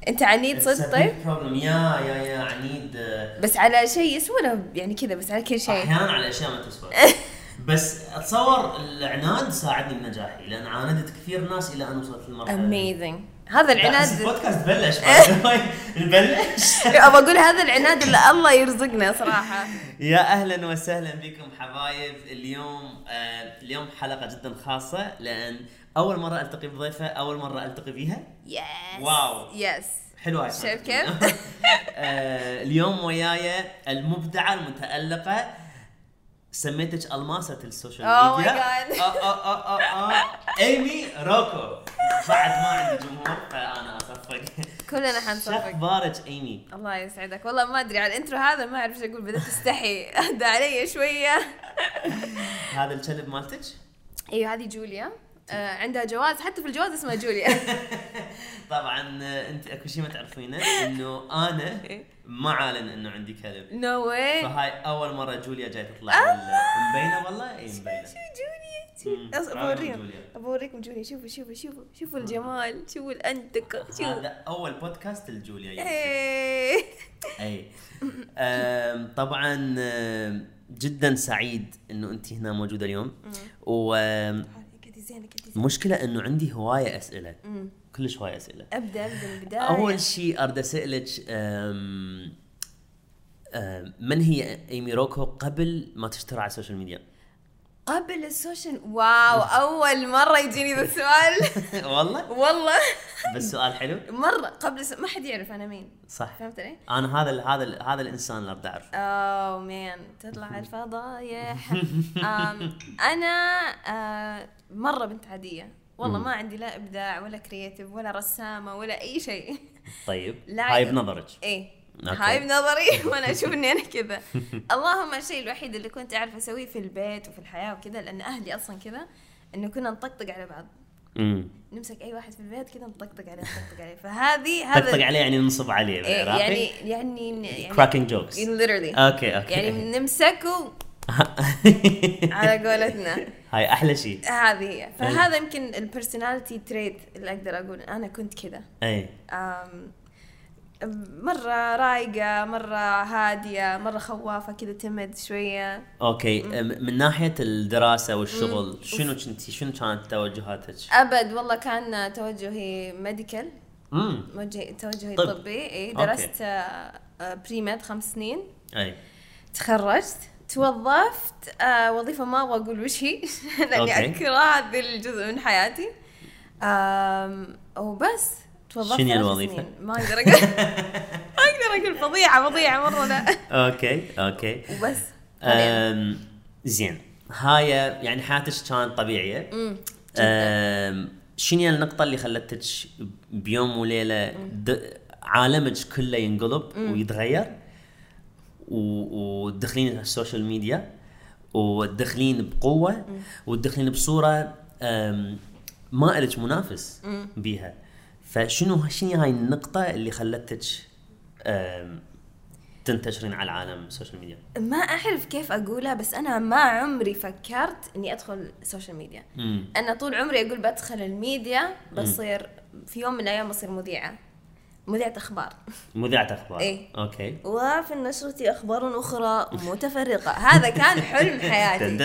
انت عنيد صدق؟ طيب يا عنيد. بس على شيء يسوى ولا يعني كذا بس على كل شيء؟ احيانا على اشياء ما تسوى. بس اتصور العناد ساعدني بنجاحي، لان عاندت كثير ناس الى ان وصلت للمرحله. اميزنج. هذا العناد. البودكاست بلش. نبلش. ابى اقول هذا العناد اللي الله يرزقنا صراحه. يا اهلا وسهلا بكم حبايب. اليوم حلقه جدا خاصه، لان اول مره التقي بضيفه، اول مره التقي فيها. واو يس حلوه. شايف كيف؟ اليوم وياي المبدعه المتالقه، سميتك الماسة السوشيال ميديا. ايمي روكو. بعد ما عندي جمهور فانا اصفق. كلنا حنصفق. اخبارك ايمي؟ الله يسعدك. والله ما ادري على الانترو هذا، ما اعرف ايش اقول، بدأت استحي. اهدى علي شويه. هذا الكلب مالتك؟ ايوه هذه جوليا. عندها جواز، حتى في الجواز اسمها جوليا. طبعا انت اكو شيء ما تعرفينه، انه انا ما اعلن انه عندي كلب. نو واي. فهاي اول مره جوليا جاي تطلع. مبينه والله. اي مبينه. شو جوليا؟ اوريكم جوليا. شوفوا الجمال، شوفوا الانتكه. هذا اول بودكاست لجوليا. اي طبعا جدا سعيد انه انت هنا موجوده اليوم. مشكلة انه عندي هواية اسئلة. كلش هواية اسئلة. ابدا بالبداية. اول شيء اريد اسالك من هي ايمي روكو قبل ما تشتهر على السوشيال ميديا؟ قبل السوشيال، واو اول مرة يجيني ذا السؤال. والله بس سؤال حلو. مرة قبل ما حد يعرف انا مين. صح. فهمتني؟ انا هذا الانسان اللي اريد اعرف. مان تطلع على الفضايح. انا مرة بنت عادية والله. ما عندي لا ابداع ولا كرياتيف ولا رسامة ولا اي شيء. طيب هاي بنظرك؟ ايه هاي بنظري. وانا اشوف اني انا كذا. اللهم الشيء الوحيد اللي كنت اعرف اسويه في البيت وفي الحياة وكذا، لان اهلي اصلا كذا، انه كنا نطقطق على بعض. نمسك اي واحد في البيت كذا نطقطق عليه. فهذا نطقطق عليه يعني ننصب عليه بالعراقي. يعني cracking jokes. literally. اوكي يعني نمسكه على قولتنا. هاي احلى شيء. هذه هي. فهذا يمكن البرسوناليتي تريت اللي اقدر اقول انا كنت كذا. اي مرة رايقة، مرة هادية، مرة خوافة كذا، تمد شوية. اوكي. من ناحية الدراسة والشغل شنو كانت توجهاتك؟ ابد والله كان توجهي ميديكال. توجهي طبي. اي درست بريميد 5 سنين. اي تخرجت، توظفت وظيفة ما ابغى اقول وش هي. لاني اكره هذا الجزء من حياتي. وبس توظفت. شنو الوظيفة؟ ما اقدر اقول فضيعة مرة. لا اوكي وبس. زين. هاي يعني حياتك كانت طبيعية. شنو النقطة اللي خلتك بيوم وليلة عالمك كله ينقلب ويتغير وتدخلين السوشيال ميديا وتدخلين بقوة وتدخلين بصورة ما إلك منافس بيها؟ فشنو هاي النقطة اللي خلتك تنتشرين على العالم السوشيال ميديا؟ ما أعرف كيف أقولها، بس أنا ما عمري فكرت إني أدخل السوشيال ميديا. أنا طول عمري أقول بدخل الميديا، بصير في يوم من الأيام بصير مذيعة أخبار. إيه؟ أوكي. وفي النشرة أخبار أخرى متفرقة. هذا كان حلم حياتي.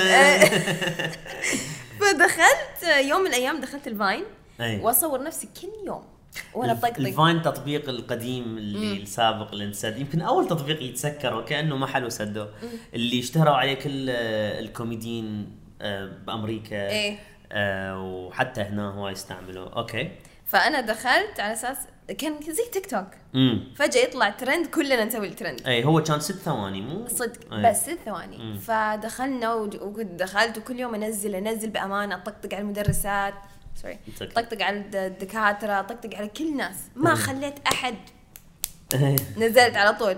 فدخلت يوم من الأيام دخلت الفاين. واصور نفسي كل يوم وانا طقطق. الفاين تطبيق القديم اللي السابق اللي انسد، يمكن اول تطبيق يتسكر وكانه ما حلو سده، اللي اشتهروا عليه كل الكوميديين بامريكا. وحتى هنا هو يستعملوا. اوكي. فانا دخلت على اساس كان زي تيك توك. فجاه يطلع ترند، كلنا نسوي الترند. هو كان 6 ثواني مو صدق. بس 6 ثواني. فدخلنا ودخلت وكل يوم انزل بامانه، اطقطق على المدرسات، طقطق على الدكاترة، طقطق على كل الناس، ما خليت أحد. نزلت على طول.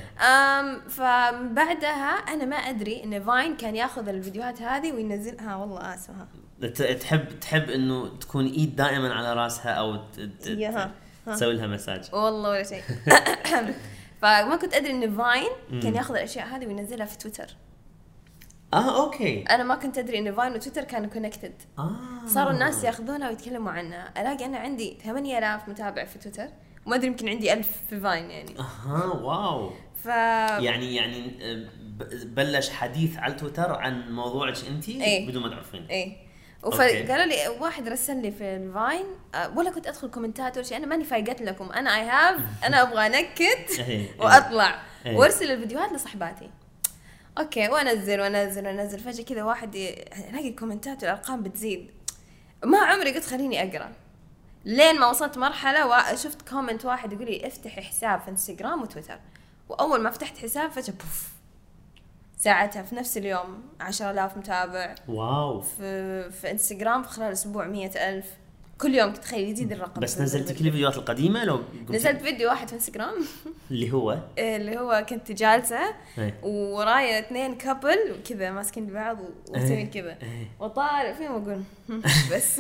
فبعدها أنا ما أدري إن فاين كان يأخذ الفيديوهات هذه وينزلها. والله آسفها. تحب إنه تكون إيد دائما على رأسها أو تسوي لها مساج. والله ولا شيء. فما كنت أدري إن فاين كان يأخذ الأشياء هذه وينزلها في تويتر. اوكي. انا ما كنت ادري ان فاين وتويتر كانوا كونكتد. صاروا الناس ياخذونها ويتكلموا عنها. الاقي انا عندي 8000 متابع في تويتر وما ادري يمكن عندي 1000 في فاين يعني. واو. يعني بلش حديث على تويتر عن موضوعك انتي بدون ما تعرفين. وقالوا لي واحد رسل لي في الفاين ولا كنت ادخل كومنتات ولا شيء، انا ماني فايقت لكم، انا ابغى انكت واطلع وارسل الفيديوهات لصحباتي. اوكي وانزل فجاه كذا واحد الاقي الكومنتات والارقام بتزيد، ما عمري قلت خليني اقرا، لين ما وصلت مرحله وشفت كومنت واحد يقول لي افتحي حساب في انستغرام وتويتر، واول ما فتحت حساب فجاه بوف، ساعتها في نفس اليوم 10,000 متابع. واو. في انستغرام في خلال اسبوع 100,000 كل يوم. تتخيل يزيد الرقم. بس نزلتي كل الفيديوهات القديمه؟ لو نزلت فيديو واحد في انستغرام اللي هو كنت جالسه ورايا 2 كابل وكذا ماسكين بعض ومسوين كذا وطالع فيهم واقول بس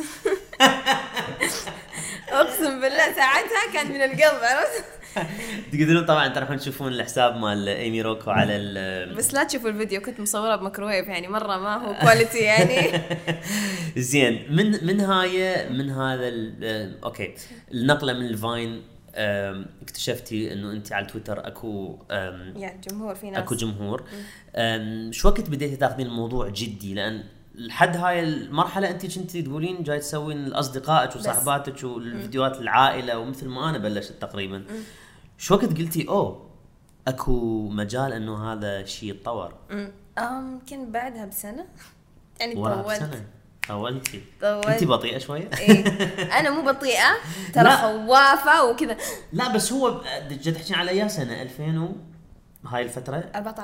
اقسم بالله ساعتها كان من القلب، عرفت؟ تقدرون طبعا تروحون تشوفون الحساب مال ايمي روكو على بس لا تشوفوا الفيديو، كنت مصوره بميكروويف يعني مره ما هو كواليتي يعني. زين. من هذا اوكي النقله من الفاين اكتشفتي انه انت على تويتر اكو يعني جمهور، في ناس اكو جمهور. شو وقت بديتي تاخذين الموضوع جدي؟ لان لحد هاي المرحله انت كنتي تقولين جاي تسوين لاصدقائك وصاحباتك والفيديوهات العائله، ومثل ما انا بلشت تقريبا. شو وقت قلتي اكو مجال انه هذا شيء يتطور؟ يمكن بعدها بسنه يعني طولتي. انت بطيئه شويه. انا مو بطيئه ترى، خوافه وكذا. لا بس هو جد تحكي على اي سنه 2000 هاي الفتره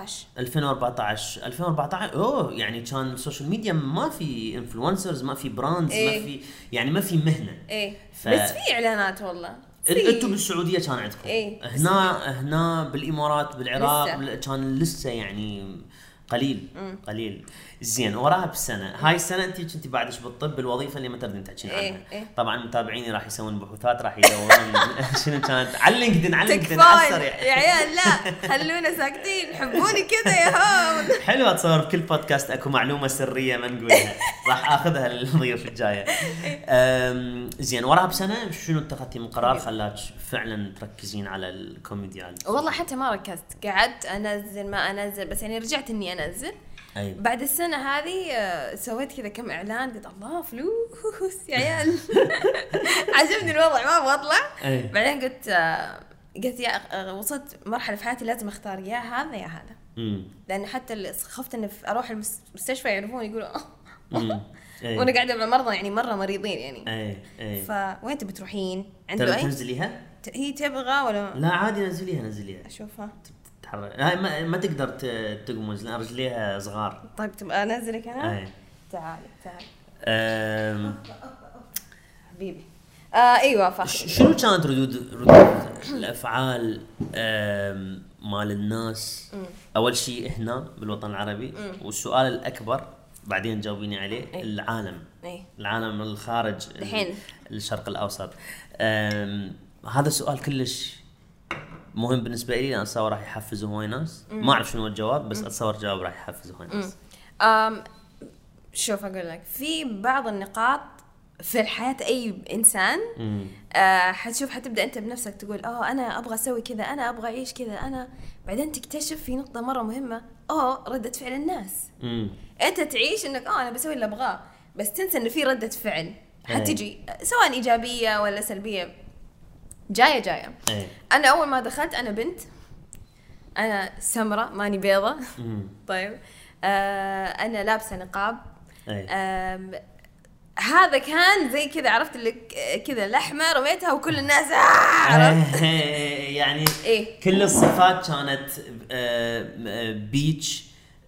2014 يعني كان السوشيال ميديا ما في انفلونسرز، ما في براندز، ما في مهنه. بس في اعلانات والله. انتم بالسعوديه كان عندكم هنا بالامارات بالعراق كان لسه يعني قليل. زين. وراها بالسنه هاي السنه انت كنتي بعدش بالطب بالوظيفه اللي ما تردين تحكين عنها. طبعا متابعيني راح يسوون بحوثات، راح يدورون شنو كانت على لينكدين على السريع. يا عيال لا خلونا ساكتين، حبوني كذا يا هون. حلوه تصور بكل بودكاست اكو معلومه سريه ما نقولها، راح اخذها للضيوف الجايه. زين. وراها بسنه شنو اتخذتي من قرار خلاك فعلا تركزين على الكوميديا؟ والله حتى ما ركزت، قعدت انزل ما انزل، بس يعني رجعت اني انزل. بعد السنة هذه سويت كذا كم إعلان، قلت الله فلوس يا عيال. عجبني الوضع ما أبغى أطلع. بعدين قلت يا وصلت مرحلة في حياتي لازم أختار يا هذا يا هذا. لأن حتى اللي خفت إن أروح المستشفى يعرفون يقولوا وأنا قاعدة مع مرضى يعني مرة مريضين يعني. فوين تبي تروحين؟ عنده تنزليها؟ هي تبغى ولا لا عادي نزليها أشوفها. هاي ما تقدر تقمز لان رجليها صغار. طيب تبقى انزلك انا؟ تعال حبيبي. ايوه فاهم. شنو كانت ردود الافعال مال الناس؟ اول شيء هنا بالوطن العربي، والسؤال الاكبر بعدين جاوبيني عليه. العالم الخارج الحين الشرق الاوسط. هذا السؤال كلش مهم بالنسبه لي، لان اتصور راح يحفزوا هواي ناس. ما اعرف شنو الجواب، بس اتصور جواب راح يحفزوا هواي ناس. شوف اقول لك، في بعض النقاط في الحياه اي انسان حتشوف، حتبدا انت بنفسك تقول انا ابغى اسوي كذا، انا ابغى اعيش كذا، انا بعدين تكتشف في نقطه مره مهمه، رده فعل الناس. انت تعيش انك انا بسوي اللي ابغاه، بس تنسى انه في رده فعل حتجي سواء ايجابيه ولا سلبيه، جايه. انا اول ما دخلت انا بنت، انا سمرة ماني بيضة. طيب انا لابسه نقاب. هذا كان زي كذا، عرفت اللي كذا لحمه رميتها وكل الناس عرفت. يعني كل الصفات كانت بيتش.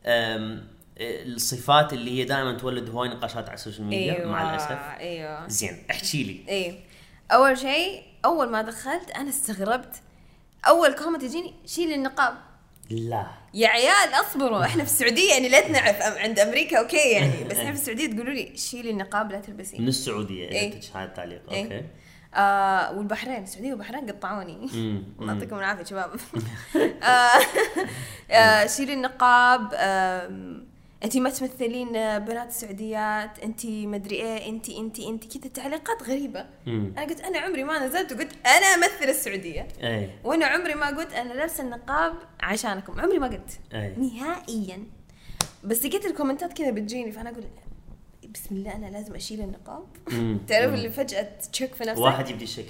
الصفات اللي هي دائما تولد هواي نقاشات على السوشيال ميديا. مع الاسف. زين احكي لي. اول شيء اول ما دخلت انا استغربت، اول كومنت يجيني شيل النقاب. لا يا عيال اصبروا، احنا في السعوديه يعني لا نعرف، عند امريكا اوكي يعني، بس احنا في السعوديه تقولوا لي شيلي النقاب لا تلبسيه. من السعوديه اذا تشهد التعليق. اوكي. والبحرين، السعوديه والبحرين قطعوني. الله يعطيكم العافيه شباب. شيلي النقاب. انتي ما تمثلين بنات السعوديات، انتي مدري ايه، انتي كذا تعليقات غريبة. انا قلت انا عمري ما نزلت وقلت انا امثل السعودية. وانا عمري ما قلت انا لابسه النقاب عشانكم، عمري ما قلت نهائيا. بس لقيت الكومنتات كذا بتجيني، فانا اقول بسم الله انا لازم اشيل النقاب. تعرف اللي فجأة تشك في نفسك، واحد يبدي يشك.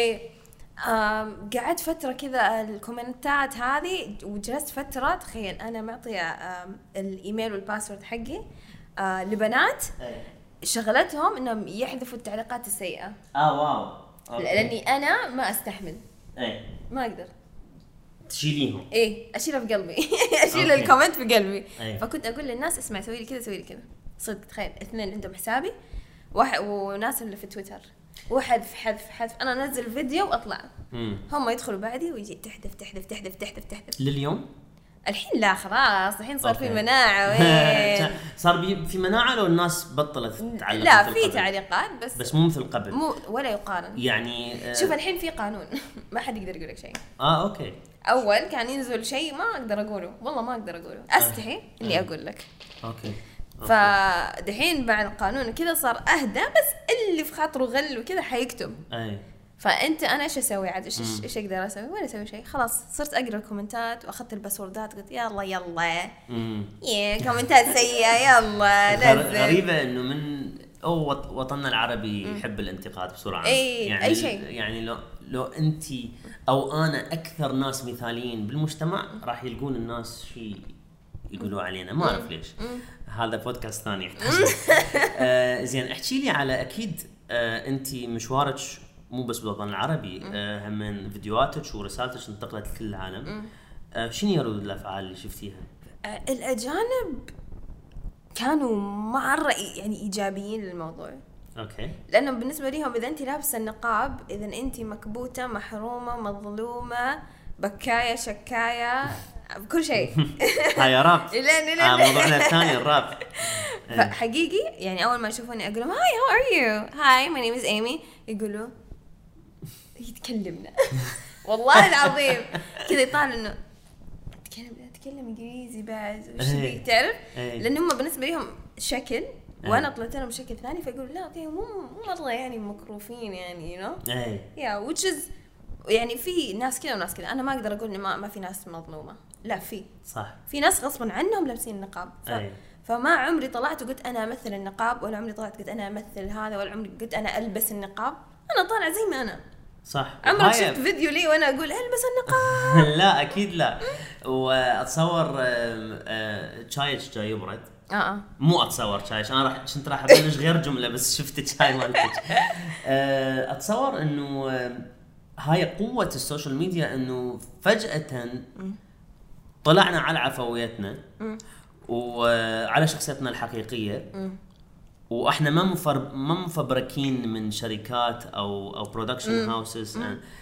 قعدت فترة كذا الكومنتات هذه، وجلست فترة تخيل أنا معطية الإيميل والباسورد حقي لبنات شغلتهم إنهم يحذفوا التعليقات السيئة. واو. لأني أنا ما أستحمل، ما أقدر تشيليهم. أشيلها في قلبي. أشيل الكومنت في قلبي. فكنت أقول للناس اسمع سوي لي كذا سوي لي كذا. صدق تخيل 2 عندهم حسابي، واحد وناس اللي في تويتر، واحد في حذف انا انزل فيديو واطلع هم يدخلوا بعدي ويجي تحذف لليوم. الحين لا خلاص، الحين صار في مناعه. صار في مناعه لو الناس بطلت تتعلق. لا في تعليقات بس مو مثل قبل، مو ولا يقارن يعني. شوف الحين في قانون ما حد يقدر يقول لك شيء. اوكي. اول كان ينزل شيء ما اقدر اقوله، والله ما اقدر اقوله، استحي اني اقول لك. اوكي. فدحين بعد القانون كذا صار اهدى، بس اللي في خاطره غل وكذا حيكتب. فانت انا ايش اسوي عاد؟ ايش اقدر اسوي؟ ولا اسوي شيء. خلاص صرت اقرا الكومنتات واخذت الباسوردات، قلت يلا كومنتات سيئه يلا نزل. غريبه انه من وطننا العربي يحب الانتقاد بسرعه. يعني اي شيء، يعني لو انت او انا اكثر ناس مثاليين بالمجتمع راح يلقون الناس شيء يقولوا علينا، ما اعرف ليش. هذا بودكاست ثاني يحتاج. زين احكي لي على اكيد انت مشوارك مو بس بالوطن العربي، هم من فيديوهاتك ورسالتك انتقلت لكل العالم. شنو ردود الافعال اللي شفتيها؟ الاجانب كانوا مرة يعني ايجابيين للموضوع. اوكي. لانه بالنسبه ليهم اذا انت لابسه النقاب، اذا انت مكبوته محرومه مظلومه بكايه شكايه بكل شيء. هاي راب. موضوعنا الثاني الراب. فحقيقي يعني اول ما يشوفوني اقول لهم هاي هاو ار يو، هاي ماي نيم از ايمي، يقولوا يتكلمنا. والله العظيم كذا يطالع انه تكلم انجليزي بعد وش تعرف. لان هم بالنسبه لهم شكل وانا طلعت لهم شكل ثاني، فيقولوا لا اوكي مو مره يعني مكروفين يعني يا which is يعني في ناس كذا وناس كذا. انا ما اقدر اقول ان ما في ناس مظلومه، لا في ناس غصبا عنهم لابسين النقاب. فما عمري طلعت وقلت انا امثل النقاب، ولا عمري طلعت قلت انا امثل هذا، ولا عمري قلت انا البس النقاب. انا طالع زي ما انا. صح. عمرك شفت فيديو لي وانا اقول البس النقاب؟ لا اكيد لا. واتصور شايك جاي يبرد. مو اتصور شايش، انا كنت راح ابلش غير جمله بس شفت الشاي مالتك. اتصور انه هاي قوه السوشيال ميديا، انه فجاه طلعنا على عفويتنا وعلى شخصيتنا الحقيقيه، واحنا ما مفبركين من شركات او برودكشن هاوسز.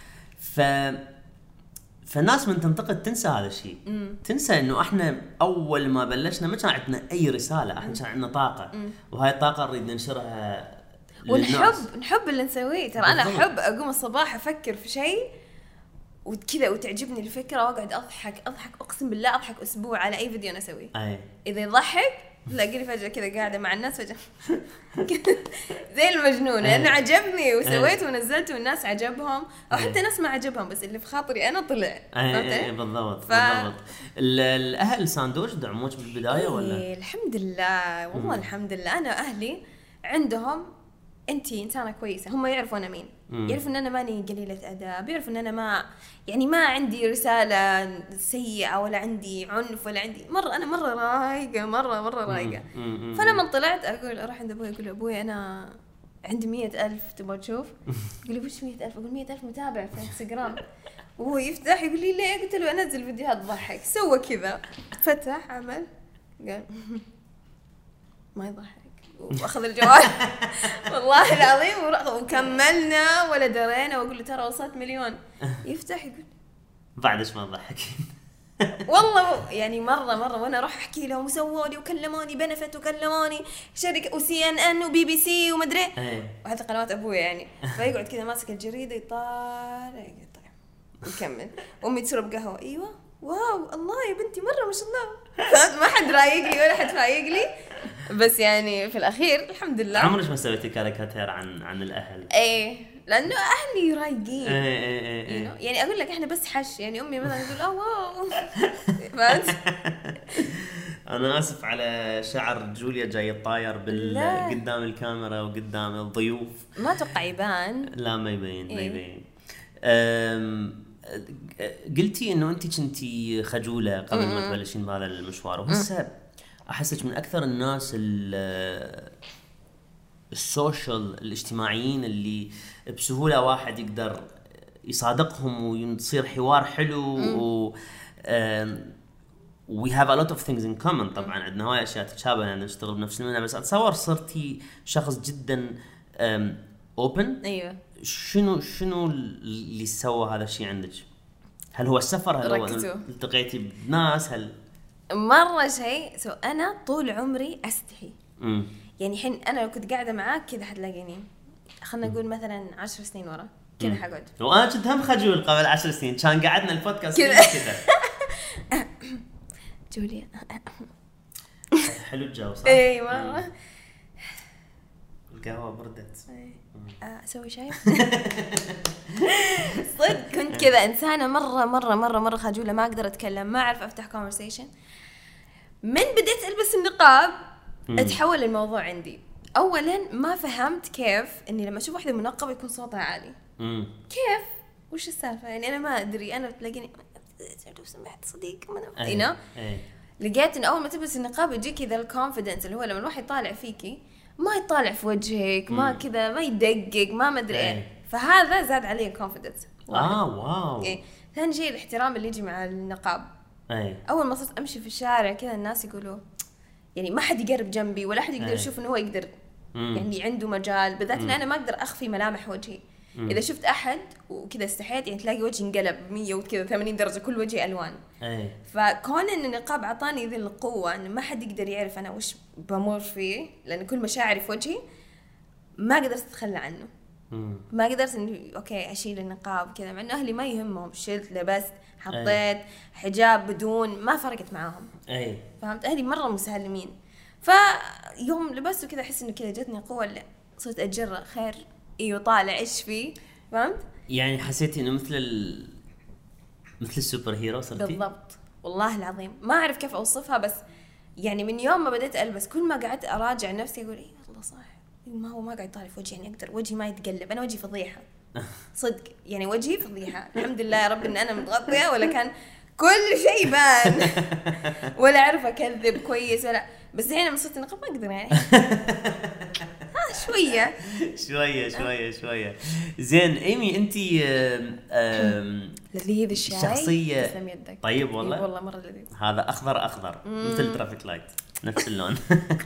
فالناس من تنتقد تنسى هذا الشيء، تنسى انه احنا اول ما بلشنا ما كان عندنا اي رساله، احنا كان عندنا طاقه، وهاي الطاقه نريد ننشرها ونحب اللي نسويه. ترى انا احب اقوم الصباح افكر في شيء وكذا وتعجبني الفكره واقعد اضحك اقسم بالله اضحك اسبوع على اي فيديو انا اسويه. اذا يضحك تلاقيني فجاه كذا قاعده مع الناس فجاه زي المجنونه، لانه عجبني وسويت ونزلت والناس عجبهم، او حتى ناس ما عجبهم بس اللي في خاطري انا طلع. بالضبط. الاهل ساندوش دعموك بالبدايه ولا؟ الحمد لله والله الحمد لله. انا اهلي عندهم انتي انسانه كويسه، هم يعرفوا انا مين، يعرفوا ان انا ماني قليله ادب، يعرفوا ان انا ما عندي رساله سيئه ولا عندي عنف ولا عندي انا مره رايقه، مره رايقه. فلما طلعت اقول اروح عند ابوي اقول ابوي انا عندي 100,000 تبغى تشوف؟ يقول لي وش 100,000؟ اقول 100,000 متابع في انستغرام. وهو يفتح يقول لي ليه؟ قلت له انزل فيديوهات تضحك. سوى كذا فتح عمل قال ما يضحك واخذ الجوال. والله العظيم وكملنا ولا درينا، واقول له ترى وصلت 1,000,000. يفتح يقول بعد ايش ما تضحك. والله يعني مره وانا اروح احكي لهم وسووا لي وكلموني بنفت وكلموني شركه وCNN وBBC ومدري وهذه قنوات ابوي يعني. فيقعد كذا ماسك الجريده يطالع يقطع ويكمل. امي تشرب قهوه، ايوه واو الله يا بنتي مره ما شاء الله. ما حد رايق لي ولا حد فايق لي، بس يعني في الاخير الحمد لله. عمرك ما سويتي كاريكاتير عن الاهل؟ ايه لانه اهلي رايقين. ايه يعني اقول لك احنا بس حش، يعني امي مثلا تقول واو فهمت. انا اسف على شعر جوليا جاي طاير قدام الكاميرا وقدام الضيوف. ما اتوقع يبان. لا ما يبين ما يبين. قلتي انه انت كنتي خجوله قبل ما تبلشين بهذا المشوار، وهسه احسك من اكثر الناس السوشيال الاجتماعيين اللي بسهوله واحد يقدر يصادقهم ويصير حوار حلو. و we have a lot of things in common. طبعا عندنا هواي اشياء تتشابه لان نشتغل بنفس المهنه، بس اتصور صرتي شخص جدا open. ايوه. شنو اللي سوى هذا الشيء عندك؟ هل هو السفر؟ هل هو التقيتي بناس؟ هل مره شيء انا طول عمري استحي. يعني الحين انا لو كنت قاعده معاك كذا حتلاقيني، خلنا نقول مثلا 10 سنين ورا كذا حقعد. وانا كنت هم خجول قبل 10 سنين، كان قعدنا البودكاست كذا جوليا حلو الجو صح؟ اي مره. القهوه بردت. اسوي شاي. صدق كنت كذا انسانه مره مره مره مره خجوله، ما اقدر اتكلم، ما اعرف افتح كونفرسيشن. من بديت البس النقاب اتحول الموضوع عندي. اولا ما فهمت كيف اني لما اشوف واحده منقبه يكون صوتها عالي. كيف؟ وش السالفه؟ يعني انا ما ادري. انا تلاقيني لو سمحت صديق ما لقيت ان اول ما تلبس النقاب يجي كذا الكونفيدنس اللي هو لما الواحد يطالع فيكي ما يطالع في وجهك، ما كذا ما يدقق، ما ادري ايه. فهذا زاد علي الكونفيدنس. واو. ثاني شيء الاحترام اللي يجي مع النقاب. اول ما صرت امشي في الشارع كذا الناس يقولوا يعني ما حد يقرب جنبي ولا حد يقدر يشوف انه هو يقدر يعني عنده مجال، بالذات ان انا ما اقدر اخفي ملامح وجهي. اذا شفت احد وكذا استحيت يعني تلاقي وجهي انقلب 180 درجه، كل وجهي الوان. فكون ان النقاب اعطاني ذي القوه ان ما حد يقدر يعرف انا وش بمر فيه، لان كل مشاعري في وجهي، ما قدرت اتخلى عنه. ما قدرت انه اوكي اشيل النقاب كذا، مع انه اهلي ما يهمهم، شلت لبست حطيت حجاب بدون، ما فرقت معاهم. فهمت؟ اهلي مره مسالمين. فيوم لبسته كذا احس انه كذا جتني قوه، صرت اتجرأ خير ايوه طالع ايش فيه. فهمت؟ يعني حسيتي انه مثل السوبر هيرو صرتي؟ بالضبط والله العظيم ما اعرف كيف اوصفها، بس يعني من يوم ما بديت البس كل ما قعدت اراجع نفسي اقول ايه والله صح، ما هو ما قاعد يطالع في وجهي، يعني اقدر وجهي ما يتقلب. انا وجهي فضيحه صدق، يعني وجهي فضيحه. الحمد لله يا رب ان انا متغطيه، ولا كان كل شيء بان ولا اعرف اكذب كويس ولا. بس الحين لما صرت نقاب ما اقدر يعني شويه. زين ايمي انت لذيذ الشاي، شخصيه تسلم يدك. طيب والله والله مره لذيذ. هذا اخضر مثل ترافيك لايت نفس اللون.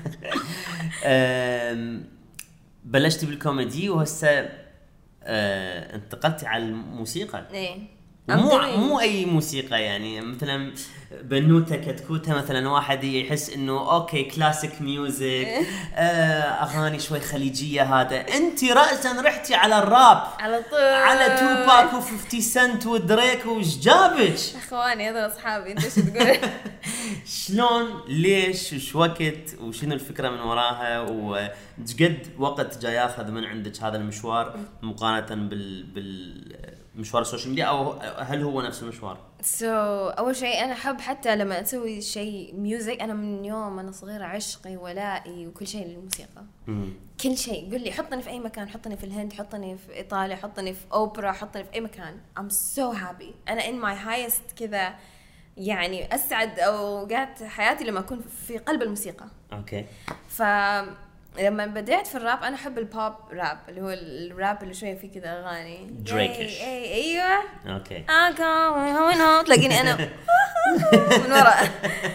بلشتي بالكوميدي وهسه انتقلتي على الموسيقى. مو اي موسيقى، يعني مثلا بنوته كتكوته مثلا واحد يحس انه اوكي كلاسيك ميوزك، اغاني شوي خليجيه. هذا انت راسا رحتي على الراب على طول، على توباك و50 سنت ودريك. وش جابك؟ اخواني هذول اصحابي، انت شو تقول؟ شلون ليش وش وقت وشنو الفكره من وراها، وقد وقت جاي ياخذ من عندك هذا المشوار مقارنه بالمشوار السوشيال ميديا، او هل هو نفس المشوار؟ اول شيء انا احب حتى لما اسوي شيء ميوزك، انا من يوم انا صغيره عشقي ولائي وكل شيء للموسيقى. كل شيء قل لي حطني في اي مكان، حطني في الهند، حطني في ايطاليا، حطني في اوبرا، حطني في اي مكان. I'm so happy. انا in my highest كذا، يعني اسعد اوقات حياتي لما اكون في قلب الموسيقى. اوكي. لما بديت في الراب انا احب البوب راب، اللي هو الراب اللي شويه فيه كذا اغاني دريكش. ايوه اوكي. تلاقيني انا من وراء.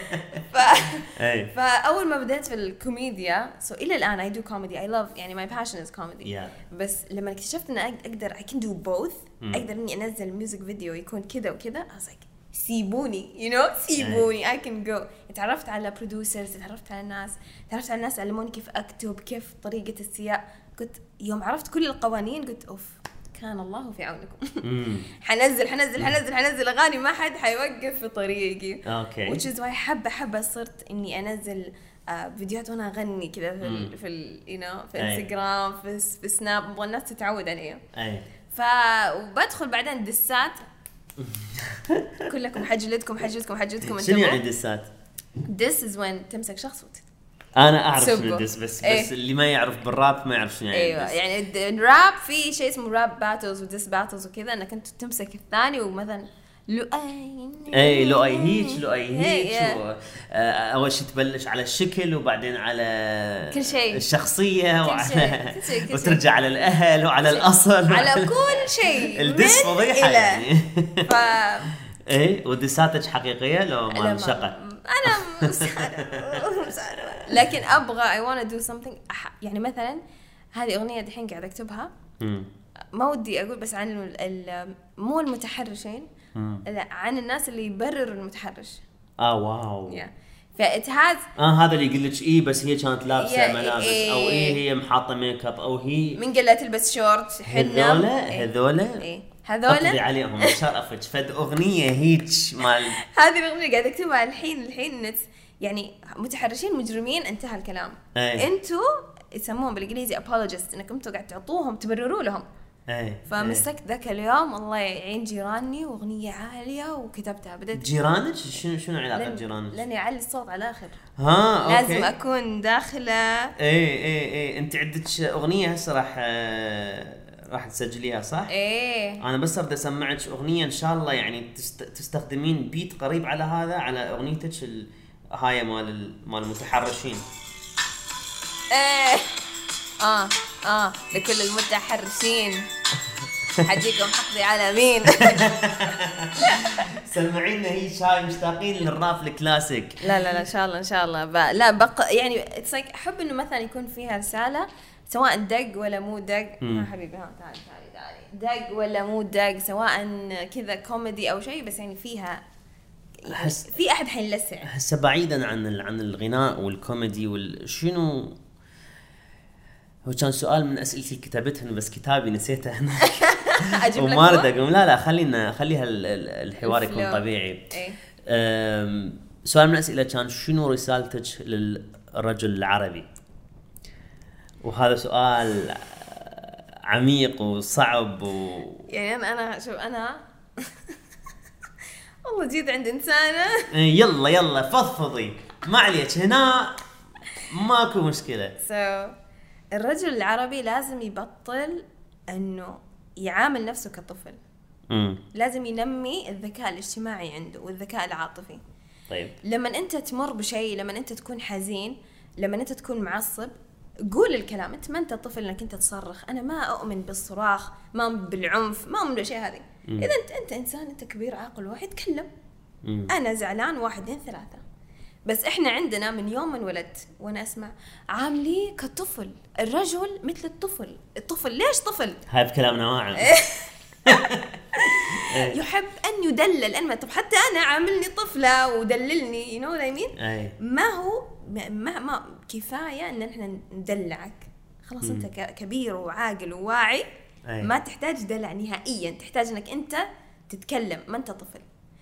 فاول ما بديت في الكوميديا الى الان I do comedy, I love, يعني my passion is comedy. بس لما اكتشفت ان اقدر I can do both, اقدر اني انزل ميوزك فيديو يكون كذا وكذا, I was like سيبوني سيبوني I can go. اتعرفت على producers, اتعرفت على الناس علموني كيف اكتب, كيف طريقة السياق. كنت يوم عرفت كل القوانين قلت اوف كان الله في عونكم. حنزل اغاني ما حد حيوقف في طريقي. اوكي. which is why حبه صرت اني انزل فيديوهات وانا اغني كذا في في انستغرام في سناب، ابغى الناس تتعود عليها. وبدخل بعدين دسات كلكم حجلدكم شنو يعني دسات؟ this is when تمسك شخص انا اعرف شنو الدس بس اللي ما يعرف بالراب ما يعرف شنو يعني. ايوه يعني الراب في شيء اسمه راب باتلز وديس باتلز وكذا، انك انت تمسك الثاني ومثلا لؤي هيك اول شيء تبلش على الشكل وبعدين على كل شيء الشخصيه وعلى وترجع على الاهل وعلى الاصل على كل شيء. الدس فضيحه يعني. ودساتك حقيقيه لو ما شقه؟ انا مسارة. لكن ابغى I wanna do something يعني مثلا هذه اغنيه دحين قاعده اكتبها، ما ودي اقول بس عن مو المتحرشين، لا عن الناس اللي يبرروا المتحرش. واو. فإت هاز هذا اللي يقول لك بس هي كانت لابسه ملابس او هي محاطه ميك اب او هي من قلة تلبس شورت حنه. هذول اقضي عليهم شرفك. فد اغنيه هيك مال هذه الاغنيه قاعده اكتبها الحين يعني متحرشين مجرمين، انتهى الكلام. انتوا يسموهم بالانجليزي apologist، انكم انتوا قاعد تعطوهم تبرروا لهم. فمسكت ذاك اليوم الله يعين جيراني واغنيه عاليه وكتبتها. بدأت جيرانك شنو علاقه جيرانك؟ لاني اعلي الصوت على الاخر. أوكي. لازم اكون داخله. انت عندك اغنيه هسه راح تسجليها صح؟ انا بس اريد اسمعك اغنيه ان شاء الله يعني تستخدمين بيت قريب على هذا، على اغنيتك هاي مال المتحرشين. لكل المتحرشين حجيكم حقدي على مين. سمعينا هي شاي مشتاقين للراب الكلاسيك. لا ان شاء الله يعني احب انه مثلا يكون فيها رساله، سواء دق ولا مو دق. حبيبي تعالي دق ولا مو دق، سواء كذا كوميدي او شيء، بس يعني فيها يعني في احد حيلسع. هسه بعيدا عن الغناء والكوميدي شنو هو كان سؤال من اسئلتي اللي كتبتهن بس كتابي نسيته هناك. وما اريد اقول لا خليها الحوار يكون طبيعي. سؤال من الاسئله كان شنو رسالتك للرجل العربي؟ وهذا سؤال عميق وصعب يعني انا والله جيت عند انسانه. يلا فضفضي ما عليك هنا ماكو مشكله. الرجل العربي لازم يبطل انه يعامل نفسه كطفل. لازم ينمي الذكاء الاجتماعي عنده والذكاء العاطفي. طيب لما انت تمر بشيء، لما انت تكون حزين، لما انت تكون معصب، قول الكلام. انت ما انت طفل انك انت تصرخ. انا ما اؤمن بالصراخ، ما اؤمن بالعنف، ما اؤمن بالاشياء هذه. اذا انت انسان، انت كبير عاقل واحد، تكلم. انا زعلان 1 2 3. بس احنا عندنا من يوم من ولدت وانا اسمع عاملي كطفل. الرجل مثل الطفل ليش طفل؟ هاي بكلامنا واعي. يحب ان يدلل. انا طب حتى انا عاملني طفله ودللني، you know what I mean. ما هو ما كفايه ان احنا ندلعك. خلاص انت كبير وعاقل وواعي. ما تحتاج دلع نهائيا، تحتاج انك انت تتكلم، ما انت طفل.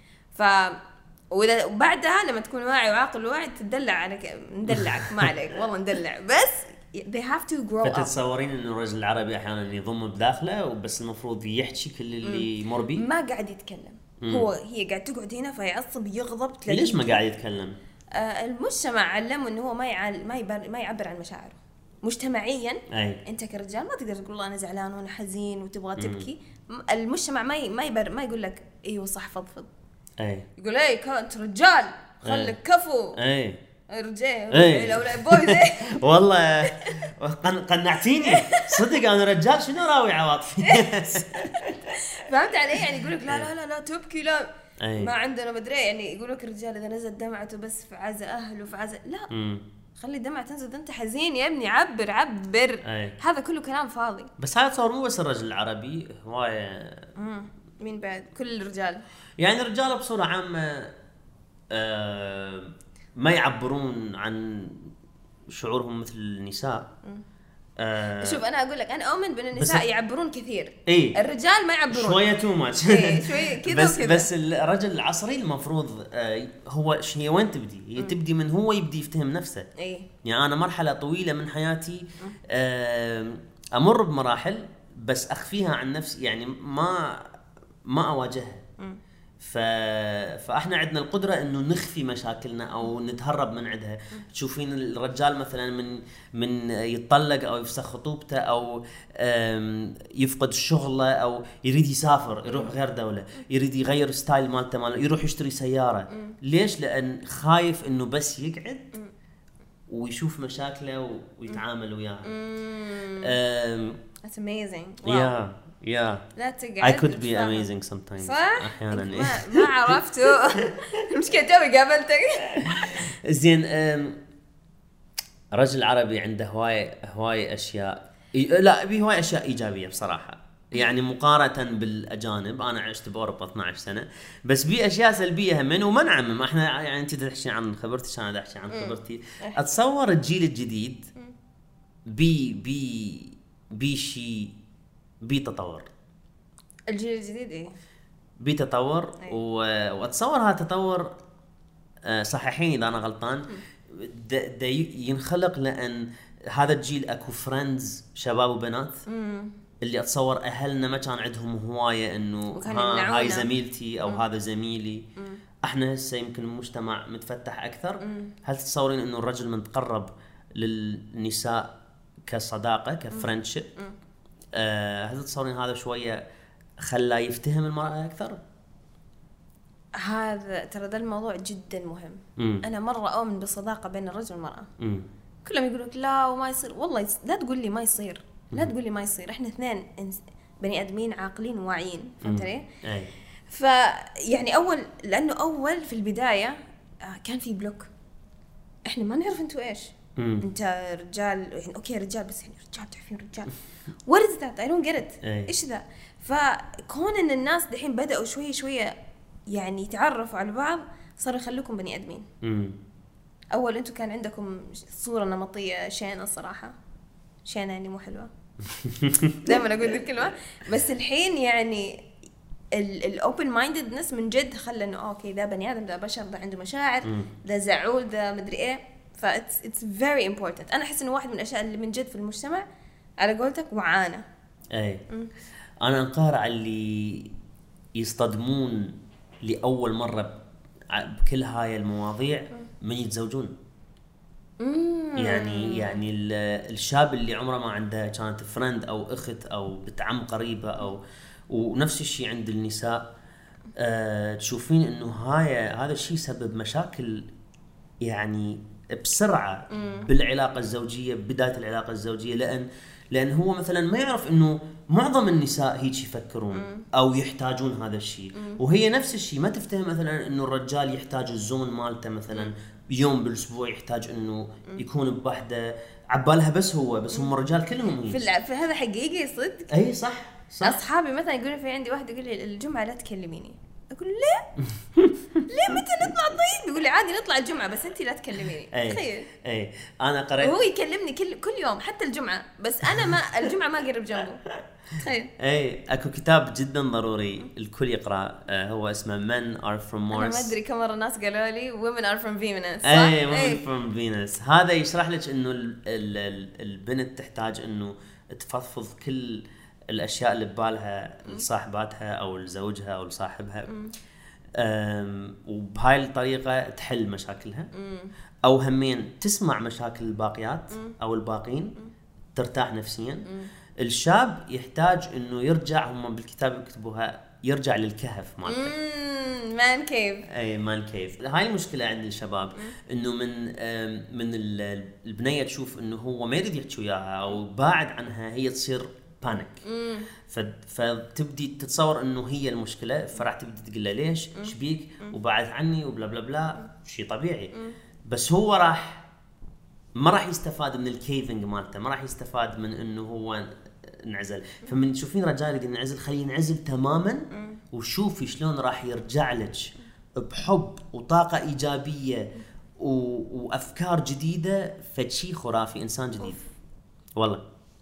وبعدها لما تكون واعي وعاقل وواعي تدلع عليك، ندلعك ما عليك والله ندلع. بس they have to grow up. فتتصورين انه الرجل العربي احيانا يضم بداخله وبس المفروض يحكي كل اللي يمر بيه، ما قاعد يتكلم. هي قاعد تقعد هنا فيعصب يغضب. ليش ما قاعد يتكلم؟ المجتمع علمه انه هو ما يعبر عن مشاعره مجتمعيا. انت كرجال ما تقدر تقول والله انا زعلان وانا حزين وتبغى تبكي. المجتمع ما يقول لك ايوه صح فضفض. يقول انت رجال خليك كفو. رجال لو بوي. والله قنعتيني صدق، انا رجال شنو راوي عواطفي. فهمت علي؟ يعني يقول لك لا تبكي، لا ما عندنا مدري. يعني يقول لك الرجال اذا نزل دمعته بس في عزا اهله في عزا، لا خلي الدمعة تنزل. انت حزين يا ابني، عبر. هذا كله كلام فاضي. بس هذا تصور مو بس الرجل العربي، هوايه مين بعد؟ كل الرجال. يعني الرجال بصورة عامة ما يعبرون عن شعورهم مثل النساء. شوف انا اقول لك انا اؤمن بان النساء يعبرون كثير. إيه؟ الرجال ما يعبرون شويه تو ماتش. إيه شويه كذا بس وكذا. بس الرجل العصري المفروض هي وين تبدي؟ هي تبدي من هو يبدي يفتهم نفسه. إيه؟ يعني انا مرحله طويله من حياتي امر بمراحل بس اخفيها عن نفسي، يعني ما اواجهها. فاحنا عندنا القدره انه نخفي مشاكلنا او نتهرب من عندها. تشوفين الرجال مثلا من يتطلق او يفسخ خطوبته او يفقد شغله او يريد يسافر يروح غير دوله، يريد يغير ستايل مالته يروح يشتري سياره. ليش؟ لان خايف انه بس يقعد ويشوف مشاكله ويتعامل وياها. That's amazing. Wow. Yeah. لا تقعد. I could be amazing sometimes. صح؟ أحياناً. ما عرفته. المشكلة توي قابلتك. زين رجل عربي عنده هواي أشياء لا هواي أشياء إيجابية بصراحة. يعني مقارنة بالأجانب، أنا عشت بأوروبا 12 سنة، بس بي أشياء سلبية همين وما نعمم. إحنا يعني أنت تحكي عن خبرتك أنا أحكي عن خبرتي. أتصور الجيل الجديد شيء بتطور. الجيل الجديد إيه؟ بتطور واتصور هذا التطور صحيحين اذا انا غلطان دا ينخلق لان هذا الجيل اكو فريندز شباب وبنات اللي اتصور اهلنا ما كان عندهم هوايه انه هاي زميلتي او هذا زميلي. احنا هسه يمكن المجتمع متفتح اكثر. هل تتصورين انه الرجل من تقرب للنساء كصداقه كفريندشيب؟ هل تتصورين هذا شويه خلاه يفتهم المرأة أكثر؟ هذا ترى ذا الموضوع جدا مهم. أنا مرة أؤمن بالصداقة بين الرجل والمرأة. كلهم يقولوك لا وما يصير. والله لا تقول لي ما يصير، لا تقول لي ما يصير. إحنا اثنين بني آدمين عاقلين وواعيين، فهمت علي؟ فيعني لأنه أول في البداية كان في بلوك. إحنا ما نعرف أنتوا إيش. أنت رجال يعني أوكي رجال بس يعني رجال تعرفين رجال. What is that? I don't get it. إيش ذا؟ فكون إن الناس دحين بدأوا شوية يعني يتعرفوا على بعض، صاروا يخلوكم بني آدمين. أول أنتوا كان عندكم صورة نمطية شينة الصراحة، شينة يعني مو حلوة. دائما أقول ذي الكلمة. بس الحين يعني الأوبن ماينددنس من جد خلى إنه أوكي ده بني آدم، ده بشر، ده عنده مشاعر، ده زعول، ده مدري إيه. it's very important. أنا أحس إنه واحد من الأشياء اللي من جد في المجتمع على قولتك وعانة. أنا انقهر على اللي يصطدمون لأول مرة بكل هاي المواضيع من يتزوجون. يعني الشاب اللي عمره ما عنده كانت فريند أو أخت أو بنت عم قريبة ونفس الشيء عند النساء. تشوفين إنه هذا الشيء سبب مشاكل يعني بسرعة بالعلاقة الزوجية، بداية العلاقة الزوجية، لأن هو مثلا ما يعرف إنه معظم النساء هيك يفكرون أو يحتاجون هذا الشيء. وهي نفس الشيء ما تفتهم مثلا إنه الرجال يحتاج الزون مالته مثلا يوم بالأسبوع، يحتاج إنه يكون بوحدة عبالها بس هم الرجال كلهم في هذا حقيقي صدق. أي صح. أصحابي مثلا يقولون في عندي واحد يقول لي الجمعة لا تكلميني. أقول ليه؟ ليه متى نطلع؟ طيب يقول لي عادي نطلع الجمعة بس أنتي لا تكلميني. تخيل. أنا قرأت هو يكلمني كل يوم حتى الجمعة، بس أنا ما الجمعة ما أقرب جنبه. تخيل. أكو كتاب جدا ضروري الكل يقرأ، هو اسمه Men Are From Mars. أنا ما أدري كم مرة الناس قالوا لي Women Are From Venus. Women From Venus. هذا يشرح لك إنه البنت تحتاج إنه تفضفض كل الأشياء اللي ببالها لصاحباتها أو لزوجها أو لصاحبها، وبهاي الطريقة تحل مشاكلها، أو همين تسمع مشاكل الباقيات أو الباقين ترتاح نفسيا. الشاب يحتاج إنه يرجع، هم بالكتاب يكتبوها، يرجع للكهف مالته. مان كيف. مان كيف. هاي المشكلة عند الشباب، إنه من البنية تشوف إنه هو ما يريد يحكي وياها أو باعد عنها، هي تصير بانيك. فتبدي تتصور انه هي المشكله، فراح تبدي تقول له ليش ايش بيك وبعد عني وبلا بلا بلا، شيء طبيعي. بس هو ما راح يستفاد من الكيفنج مالته، ما راح يستفاد من انه هو انعزل. فمن تشوفين رجال يريد ينعزل، خليه ينعزل تماما وشوفي شلون راح يرجع لك بحب وطاقه ايجابيه وافكار جديده، فشي خرافي، انسان جديد والله.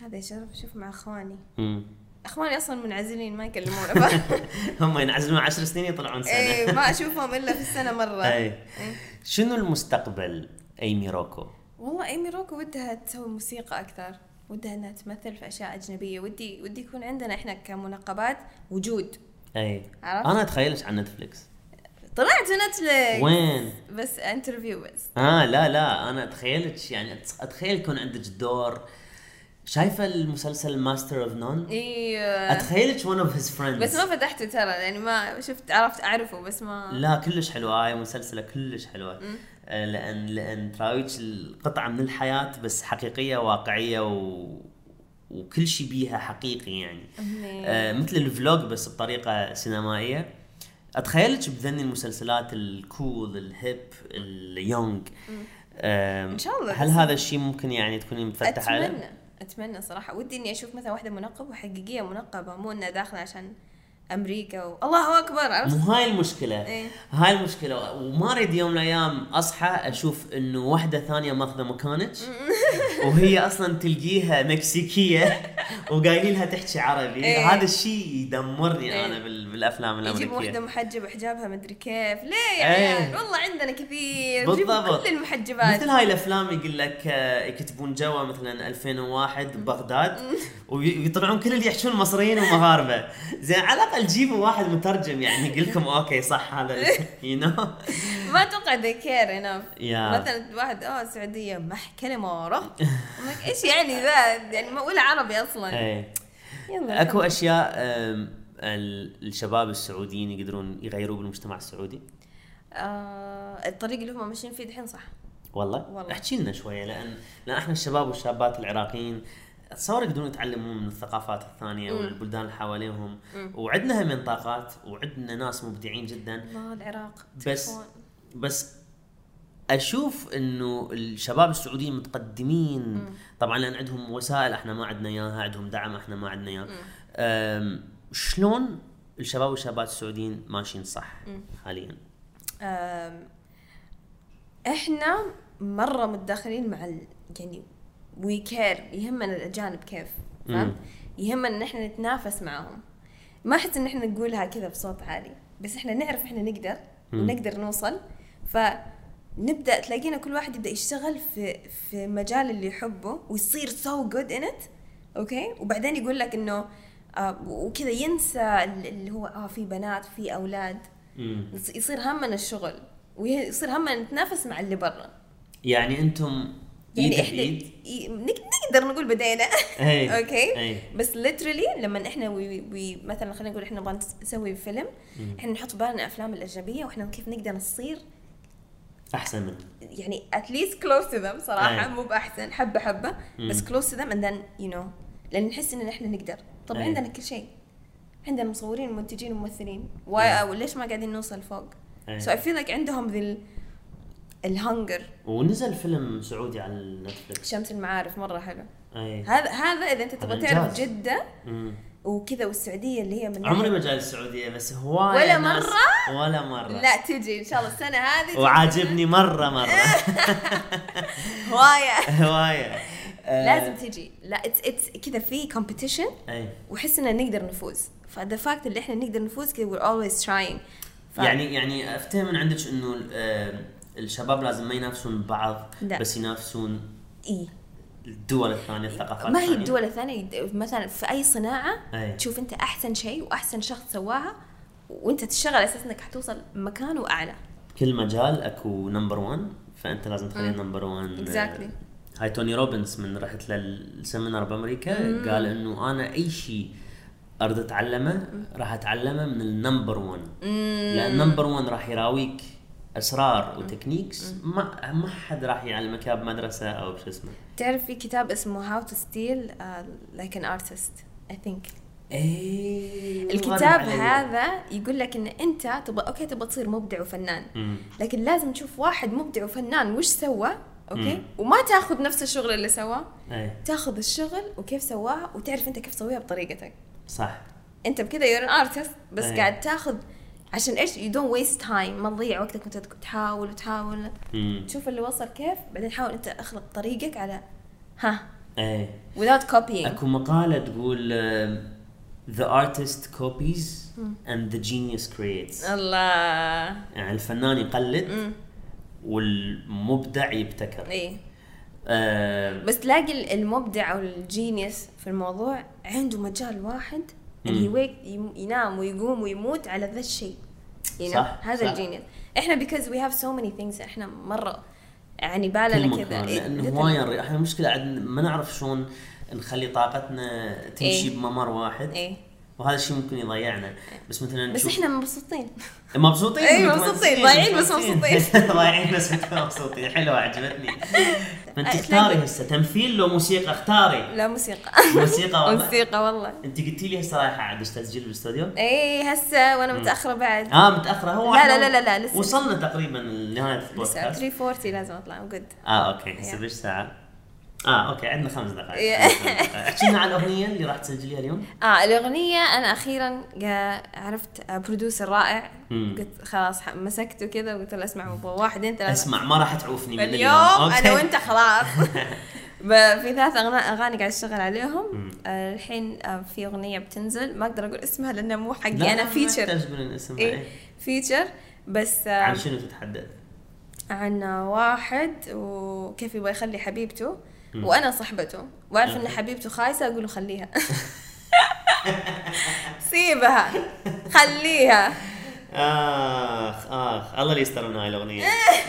هذا شرف اشوف مع اخواني. اخواني اصلا منعزلين ما يكلمونا هم ينعزلون 10 سنين يطلعون سنه. اي ما اشوفهم الا في السنه مره. أي. شنو المستقبل ايمي روكو؟ والله ايمي روكو ودها تسوي موسيقى اكثر، ودها انها تمثل في اشياء اجنبيه. ودي يكون عندنا احنا كمنقبات وجود. اي انا اتخيلش عن نتفليكس. طلعت نتفليكس وين؟ بس انترفيو بس. لا انا اتخيلت يعني اتخيل يكون عندك دور. شايفه المسلسل ماستر اوف نون؟ ايوه اتخيلت one of his friends بس ما فتحته ترى يعني ما شفت اعرفه بس ما. لا كلش حلوه هاي مسلسله كلش حلوه. لان تراويج القطعه من الحياه بس حقيقيه واقعيه وكل شيء بيها حقيقي يعني. مثل الفلوج بس بطريقه سينمائيه. اتخيلت بذني المسلسلات الكول الهيب اليونغ. ان شاء الله. هل هذا الشيء ممكن يعني تكوني متفتحه عليه؟ اتمنى صراحه. ودي اني اشوف مثلا واحده منقبه وحقيقيه منقبه، مو انها داخله عشان امريكا الله اكبر. عرفت؟ مو هاي المشكله. إيه؟ هاي المشكله. وما اريد يوم من الايام اصحى اشوف انه واحده ثانيه ماخذه مكانك وهي اصلا تلقيها مكسيكيه وقايلين لها تحكي عربي. إيه؟ هذا الشيء يدمرني. إيه؟ انا بالافلام الامريكيه يجيب واحده محجبه حجابها مدري كيف. ليه يعني؟ إيه؟ والله عندنا كثير بالضبط كل المحجبات. مثل هاي الافلام يقول لك يكتبون جوا مثلا 2001 ببغداد ويطلعون كل اللي يحكون مصريين ومغاربه. زين على الاقل جيبوا واحد مترجم يعني يقول لكم اوكي صح هذا ما اتوقع ذكر هنا. Yeah. مثلا واحد سعوديه محكله مره ايش يعني ذا يعني ما ولا عربي اصلا. يلا اكو اشياء الشباب السعوديين يقدرون يغيروا بالمجتمع السعودي. الطريق اللي هم ماشيين فيه الحين صح والله احكي لنا شويه. لان احنا الشباب والشابات العراقيين اتصور يقدرون يتعلمون من الثقافات الثانيه والبلدان اللي حواليهم. وعندنا هم طاقات وعندنا ناس مبدعين جدا. العراق بس اشوف انه الشباب السعوديين متقدمين طبعا لان عندهم وسائل احنا ما عندنا اياها، عندهم دعم احنا ما عندنا اياه. شلون الشباب والشابات السعوديين ماشيين صح حاليا؟ احنا مره متداخلين مع يعني ويكير. يهمنا الاجانب كيف فهمت؟ يهمنا ان احنا نتنافس معهم. ما احس ان احنا نقولها كذا بصوت عالي بس احنا نعرف احنا نقدر ونقدر نوصل. فنبدا تلاقينا كل واحد يبدا يشتغل في مجال اللي يحبه ويصير so good in it. اوكي وبعدين يقول لك انه وكذا ينسى اللي هو في بنات في اولاد. يصير همنا الشغل ويصير همنا نتنافس مع اللي برا. يعني انتم يعني احنا نقدر نقول بدينا اوكي بس literally لما احنا مثلا خلينا نقول احنا نبغى نسوي فيلم احنا نحط في بالنا افلام الاجنبيه واحنا كيف نقدر نصير احسن من يعني at least close to them صراحه. مو باحسن حبه بس close to them and then you know لان نحس ان احنا نقدر. طب عندنا كل شيء. عندنا مصورين ومنتجين وممثلين وليش ما قاعدين نوصل فوق؟ so I feel like عندهم ذي الهنجر. ونزل فيلم سعودي على نتفلكس شمس المعارف مره حلو. هذا اذا انت تبغى تعرف جده وكذا والسعوديه اللي هي من عمري ما جاي السعوديه بس هوايه ولا مره لا تجي ان شاء الله السنه هذه وعاجبني مره هوايه لازم تجي. لا اتس كذا في كومبيتيشن وحس ان نقدر نفوز. فذا فاكت اللي احنا نقدر نفوز كذا we're always trying. يعني افتهم من عندك انه الشباب لازم ما ينافسون بعض بس ينافسون الدول الثانيه الثقافات. ما هي الدول الثانيه مثلا في اي صناعه تشوف انت احسن شيء واحسن شخص سواها وانت تشتغل على اساس انك حتوصل مكان واعلى. كل مجال اكو نمبر 1 فانت لازم تخليه نمبر 1 exactly. هاي توني روبنز من رحت للسيمينار بامريكا قال انه انا اي شيء اريد اتعلمه راح اتعلمه من النمبر 1 لان النمبر 1 راح يراويك اسرار وتكنيكس ما حد راح يعلمك اياها بمدرسه او بش اسمه. تعرف في كتاب اسمه How to Steal Like an Artist I think. الكتاب هذا يقول لك ان انت تبغى تبغى تصير مبدع وفنان لكن لازم تشوف واحد مبدع وفنان وش سوى وما تاخذ نفس الشغل اللي سواه. تاخذ الشغل وكيف سواه وتعرف انت كيف تسويها بطريقتك صح. انت بكذا you're an artist بس قاعد تاخذ عشان ايش you don't waste time. ما تضيع وقتك وانت تحاول تشوف اللي وصل كيف بعدين حاول انت اخلق طريقك على ايه without copying. اكو مقالة تقول the artist copies and the genius creates. الله. يعني الفنان يقلد والمبدع يبتكر. ايه بس تلاقي المبدع او الجينيوس في الموضوع عنده مجال واحد اللي ينام ويقوم ويموت على ذا الشيء. صح. هذا الجينيوس. احنا because we have so many things احنا مرة يعني بالنا كذا. لانه هواية احنا مشكلة ما نعرف شلون نخلي طاقتنا تمشي بممر واحد. وهذا الشيء ممكن يضيعنا. بس مثلا بس احنا مبسوطين مبسوطين ضايعين بس مبسوطين ضايعين بس مبسوطين. حلوة عجبتني. انت اختاري هسه تمثيل لو موسيقى؟ اختاري. لا موسيقى والله موسيقى والله. انت قلتي لي هسه رايحه عاد تسجل بالاستوديو؟ ايه هسه وانا متاخره بعد. متاخره. هو لا لسه وصلنا تقريبا لنهايه البودكاست. 3:40 لازم اطلع جود. اوكي هسه بش ساعه. اوكي عندنا 5 دقائق. احكي لنا عن الاغنيه اللي راح تسجليها اليوم. الاغنيه انا اخيرا عرفت برودوسر رائع. قلت خلاص مسكته كذا وقلت له اسمع 1 2 3 اسمع ما راح تعوفني من اليوم. انا وانت خلاص. في 3 اغاني قاعد اشتغل عليهم الحين. في اغنيه بتنزل ما اقدر اقول اسمها لانها مو حقي انا. فيتشر. لا تقولين اسمها. فيتشر بس عن شنو تتحدث؟ عن واحد وكيف يبغى يخلي حبيبته وانا صاحبته وعارف ان حبيبته خايسه اقول له خليها. سيبها خليها. الله اللي يستر من هاي الاغنيه.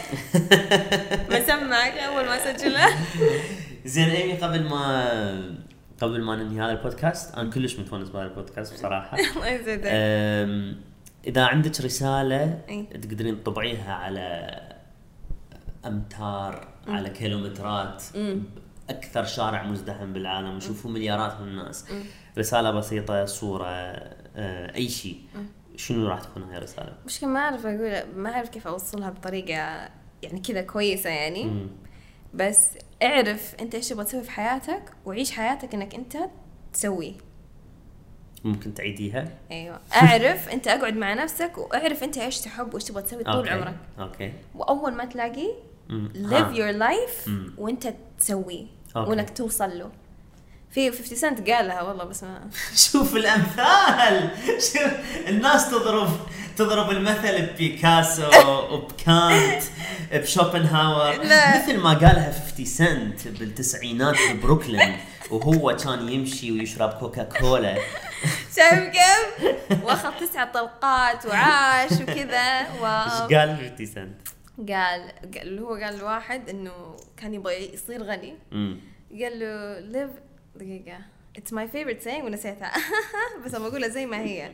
بسمعك اول ما اسجلها. زين ايمي قبل ما ننهي هذا البودكاست انا كلش متونس بهذا البودكاست بصراحه. الله يسعدك. اذا عندك رساله تقدرين تطبعيها على امتار على كيلومترات اكثر شارع مزدحم بالعالم وشوفوا مليارات من الناس، رساله بسيطه صوره اي شيء، شنو راح تكون هاي الرساله؟ مشكلة ما اعرف كيف اوصلها بطريقه يعني كذا كويسه يعني. بس اعرف انت ايش تبغى تسوي في حياتك وعيش حياتك انك انت تسوي. ممكن تعيديها؟ ايوه اعرف انت اقعد مع نفسك واعرف انت ايش تحب وايش تبغى تسوي طول عمرك. اوكي. واول ما تلاقي live your life وانت تسوي وانك توصل له. في 50 سنت قالها والله بس ما شوف الامثال، شوف الناس تضرب المثل ببيكاسو وبكانت بشوبنهاور مثل ما قالها 50 سنت بالتسعينات ببروكلين وهو كان يمشي ويشرب كوكا كولا. شايف كيف واخذ 9 طلقات وعاش وكذا. ايش قال 50 سنت؟ قال الواحد انه كان يبغى يصير غني. قال له live دقيقة it's my favorite saying ونسيتها بس أنا بقولها زي ما هي.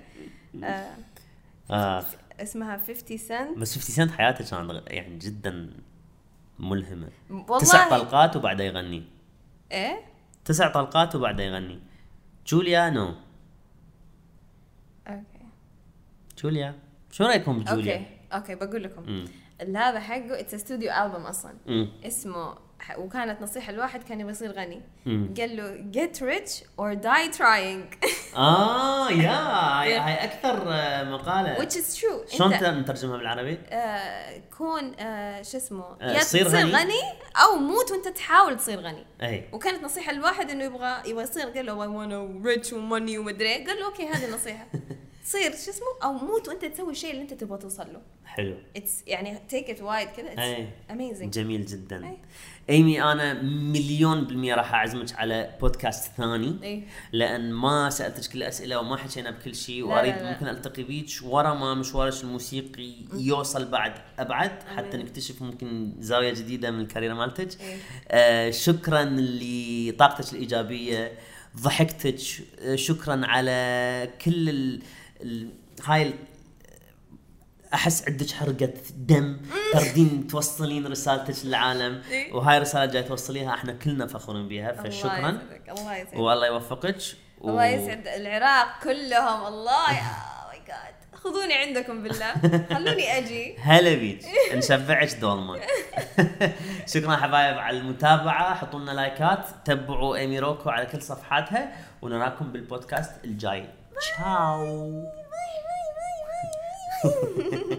اسمها 50 سنت. بس 50 سنت حياته كانت يعني جدا ملهمة. والله 9 طلقات وبعدها يغني. ايه 9 طلقات وبعدها يغني. جوليا نو. اوكي جوليا شو رأيكم بجوليا؟ اوكي بقول لكم هذا حقه it's a studio album أصلا. اسمه وكانت نصيحة الواحد كان يبغى يصير غني. قال له get rich or die trying. هاي أكثر مقالة. which is true. شلون نترجمها بالعربي؟ كون شو اسمه يا تصير غني أو موت وأنت تحاول تصير غني. أي. وكانت نصيحة الواحد إنه يبغى يصير. قال له I wanna rich وmoney ومدري. قال له أوكي هذه النصيحة. تصير شو اسمه أو موت وأنت تسوي الشيء اللي أنت تبغى توصل له. حلو. يعني take it wide كذا. it's amazing. جميل جدا. ايمي انا 1,000,000% راح اعزمك على بودكاست ثاني. لان ما سالتك كل الاسئله وما حكينا بكل شيء واريد ممكن التقي بيك ورا ما مشوارك الموسيقي يوصل بعد ابعد حتى نكتشف ممكن زاويه جديده من الكارير مالتك. شكرا لطاقتك الايجابيه، ضحكتك، شكرا على كل هاي احس عندك حرقه دم تردين توصلين رسالتك للعالم وهاي رساله جاي توصليها احنا كلنا فخورين بها. فشكرا الله يسعدك والله يوفقك الله يسعد العراق كلهم. الله يا ماي جاد خذوني عندكم بالله خلوني اجي. هلا بيك نشبعك دولما. شكرا حبايب على المتابعه، حطوا لنا لايكات، تابعوا ايمي روكو على كل صفحاتها ونراكم بالبودكاست الجاي. تشاو.